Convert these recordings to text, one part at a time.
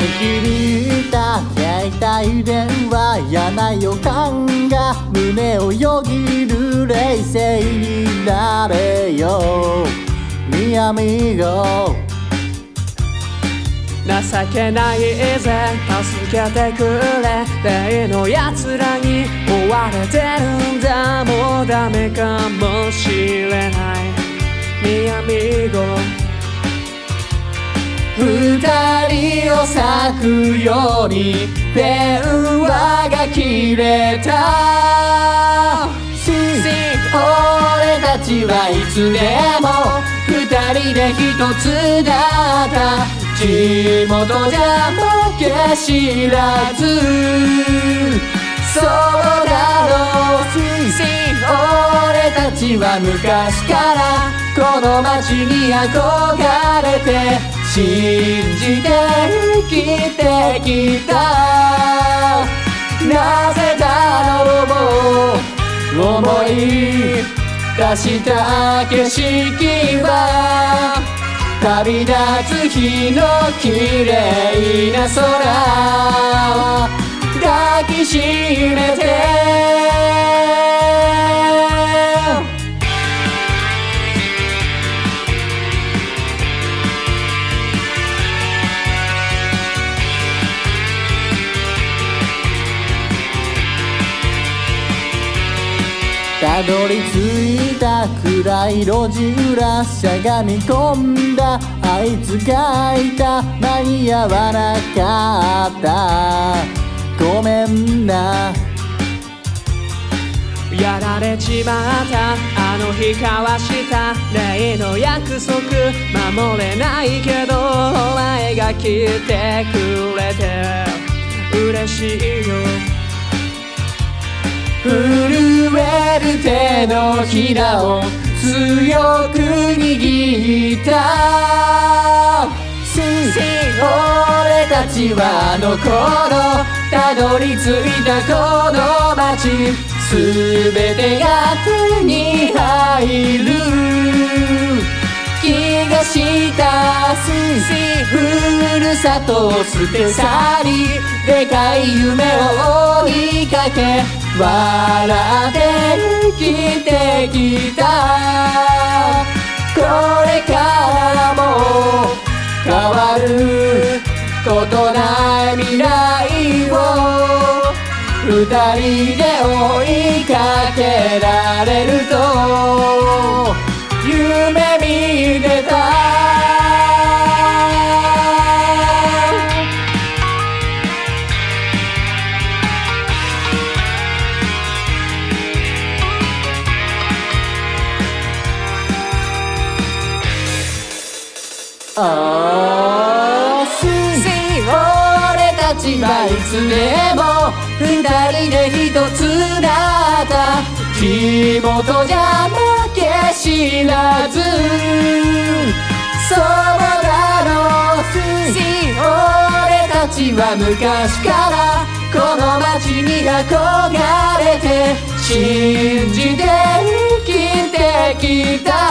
切った携帯電話嫌な予感が胸をよぎる冷静になれよミアミゴ情けないぜ助けてくれ例の奴らに追われてるんだもうダメかもしれないミアミゴ二人を咲くように電話が切れた俺たちはいつでも二人で一つだった地元じゃ負け知らずそうだろう俺たちは昔からこの街に憧れて信じて生きてきたなぜだろう思い出した景色は旅立つ日の綺麗な空抱きしめてたどり着いた暗い路地裏しゃがみ込んだあいつがいた間に合わなかったごめんなやられちまったあの日交わした例の約束守れないけどお前が来てくれて嬉しいよ震える手のひらを強く握った俺たちはあの頃たどり着いたこの街全てが手に入る気がしたふるさとを捨て去りでかい夢を追いかけ笑って生きてきたこれからも変わることない未来を二人で追いかけられると夢見てた俺たちはいつでも二人で一つだった地元じゃ負け知らずそうだろう俺たちは昔からこの街に憧れて信じて生きてきた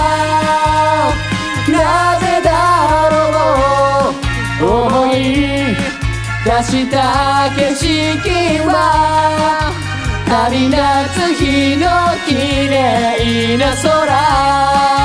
なぜだろう思い出した景色は旅立つ日の綺麗な空